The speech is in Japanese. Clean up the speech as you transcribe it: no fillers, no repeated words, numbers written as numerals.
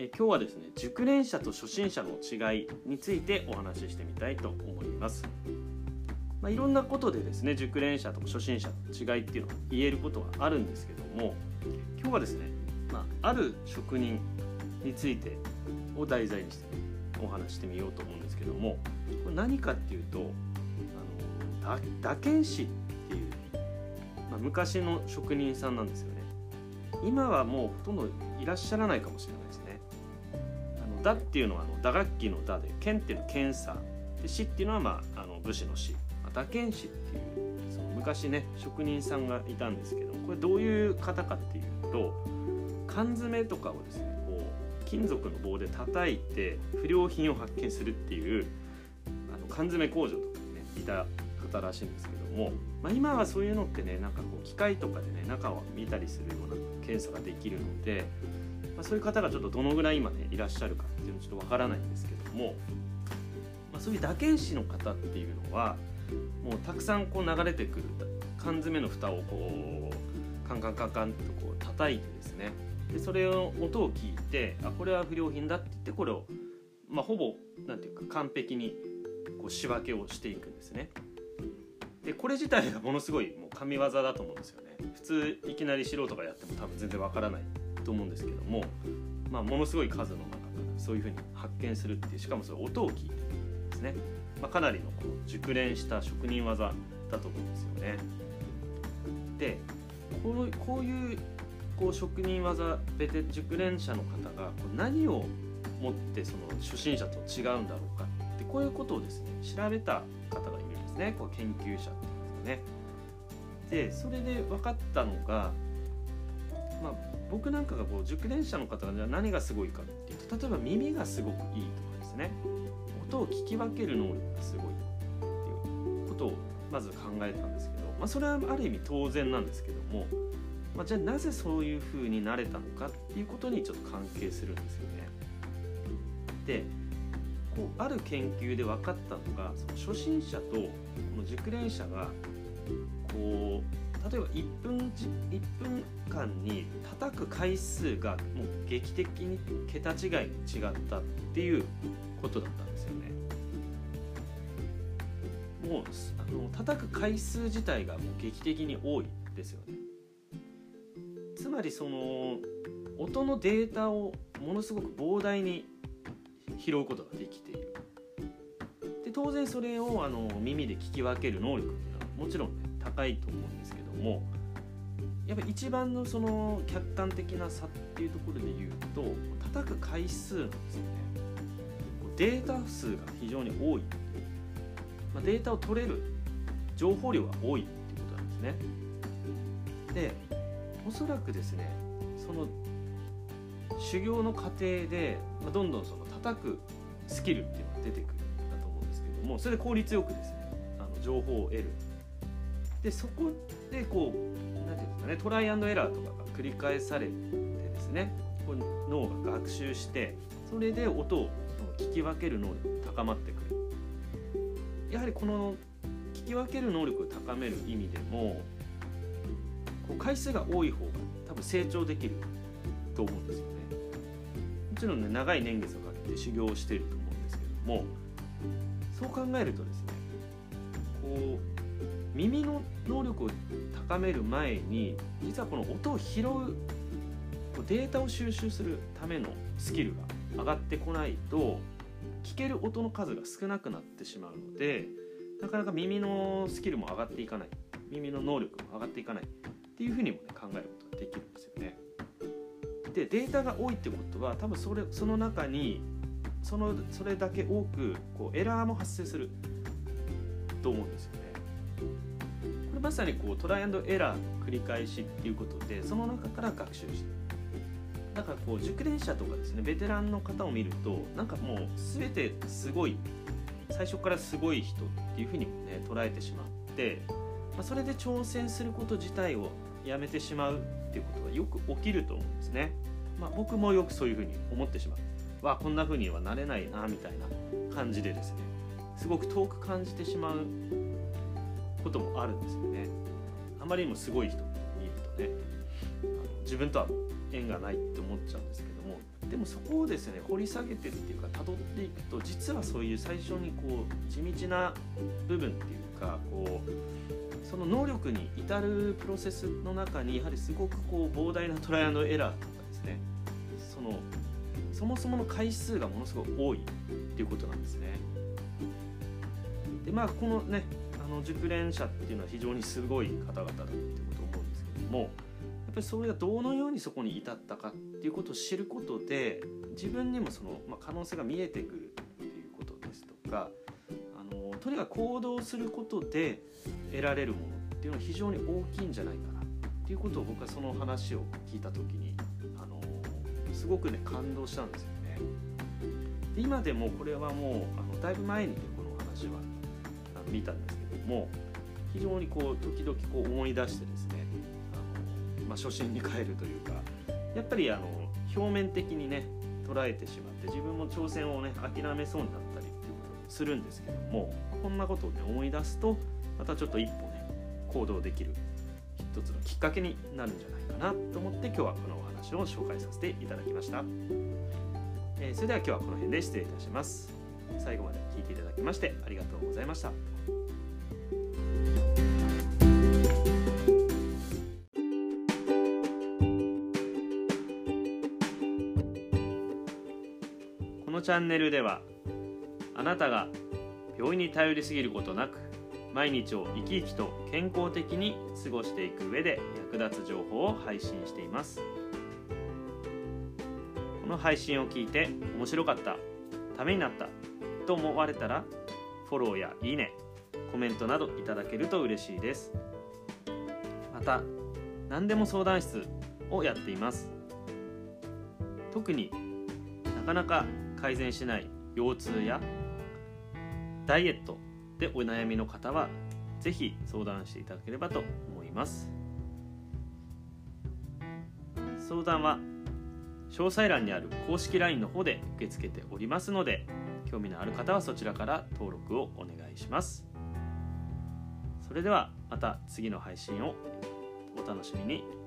今日はですね、熟練者と初心者の違いについてお話ししてみたいと思います。いろんなことでですね、熟練者と初心者の違いっていうのは言えることはあるんですけども、今日はですね、ある職人についてを題材にしてお話ししてみようと思うんですけども、これ何かっていうと、打剣師っていう、昔の職人さんなんですよね。今はもうほとんどいらっしゃらないかもしれないですね。打っていうのは打楽器の打で、剣っていうのは剣さで、師っていうのは武士の師、打剣師っていうその昔ね職人さんがいたんですけど、これどういう方かっていうと、缶詰とかをですねこう金属の棒で叩いて不良品を発見するっていう缶詰工場とかにねいた方らしいんですけども、今はそういうのってね、なんかこう機械とかでね中を見たりするような検査ができるので、そういう方がちょっとどのぐらい今ねいらっしゃるかっていうのはちょっとわからないんですけども、そういう打剣師の方っていうのはもうたくさんこう流れてくる缶詰の蓋をこうカンカンカンカンとこう叩いてですね、でそれを音を聞いて、これは不良品だって言って、これをほぼなんていうか完璧にこう仕分けをしていくんですね。でこれ自体がものすごいもう神業だと思うんですよね。普通いきなり素人がやっても多分全然わからないと思うんですけども、ものすごい数の中からそういうふうに発見するっていう、しかもそれ音を聞いてですね、かなりのこう熟練した職人技だと思うんですよね。でこういうこう職人技熟練者の方がこう何をもってその初心者と違うんだろうかって、こういうことをですね調べた方がいるんですね。こう研究者っていうんですかね。でそれで分かったのが、僕なんかがこう熟練者の方が何がすごいかっていうと、例えば耳がすごくいいとかですね、音を聞き分ける能力がすごいっていうことをまず考えたんですけど、それはある意味当然なんですけども、じゃあなぜそういう風になれたのかっていうことにちょっと関係するんですよね。でこうある研究で分かったのが、その初心者とこの熟練者がこう例えば1分間に叩く回数がもう劇的に桁違いに違ったっていうことだったんですよね。もう叩く回数自体がもう劇的に多いですよね。つまりその音のデータをものすごく膨大に拾うことができている。で当然それを耳で聞き分ける能力っていうのはもちろん、高いと思うんですけども、やっぱり一番のその客観的な差っていうところで言うと、叩く回数なんですよね。データ数が非常に多い、データを取れる情報量が多いっていうことなんですね。でおそらくですね、その修行の過程で、どんどんその叩くスキルっていうのが出てくるんだと思うんですけども、それで効率よくですね情報を得る。でそこでこうなんていうんですかね、トライアンドエラーとかが繰り返されてですね、こう脳が学習して、それで音を聞き分ける能力が高まってくる。やはりこの聞き分ける能力を高める意味でも、こう回数が多い方が多分成長できると思うんですよね。もちろんね、長い年月をかけて修行をしていると思うんですけども、そう考えるとですね、こう耳の能力を高める前に、実はこの音を拾うデータを収集するためのスキルが上がってこないと、聞ける音の数が少なくなってしまうので、なかなか耳のスキルも上がっていかない、耳の能力も上がっていかないっていうふうにも、考えることができるんですよね。でデータが多いってことは、多分その中にそれだけ多くこうエラーも発生すると思うんですよね。これまさにこうトライアンドエラーの繰り返しっていうことで、その中から学習している。だからこう熟練者とかですね、ベテランの方を見ると、なんかもう全てすごい、最初からすごい人っていうふうにもね捉えてしまって、それで挑戦すること自体をやめてしまうっていうことがよく起きると思うんですね。僕もよくそういうふうに思ってしまう。こんなふうにはなれないなみたいな感じでですね、すごく遠く感じてしまうこともあるんですよね。あまりにもすごい人を見るとね、自分とは縁がないって思っちゃうんですけども、 でもそこをですね掘り下げてっていうか辿っていくと、実はそういう最初にこう地道な部分っていうか、こうその能力に至るプロセスの中にやはりすごくこう膨大なトライアンドエラーとかですね、そもそもの回数がものすごく多いっていうことなんですね。でこのね熟練者っていうのは非常にすごい方々だっていうことを思うんですけども、やっぱりそれがどのようにそこに至ったかっていうことを知ることで、自分にもその、可能性が見えてくるっていうことですとか、とにかく行動することで得られるものっていうのは非常に大きいんじゃないかなっていうことを、僕はその話を聞いた時にすごくね感動したんですよね。で今でもこれはもうだいぶ前にねこの話は見たんですけども、非常にこう時々こう思い出してですね、初心に帰るというか、やっぱり表面的にね捉えてしまって自分も挑戦をね諦めそうになったりっていうことをするんですけども、こんなことをね思い出すとまたちょっと一歩ね行動できる一つのきっかけになるんじゃないかなと思って、今日はこのお話を紹介させていただきました。それでは今日はこの辺で失礼いたします。最後まで聞いていただきましてありがとうございました。このチャンネルでは、あなたが病院に頼りすぎることなく毎日を生き生きと健康的に過ごしていく上で役立つ情報を配信しています。この配信を聞いて面白かった、ためになったと思われたら、フォローやいいね、コメントなどいただけると嬉しいです。また、何でも相談室をやっています。特になかなか改善しない腰痛やダイエットでお悩みの方はぜひ相談していただければと思います。相談は詳細欄にある公式 LINE の方で受け付けておりますので、興味のある方はそちらから登録をお願いします。それではまた次の配信をお楽しみに。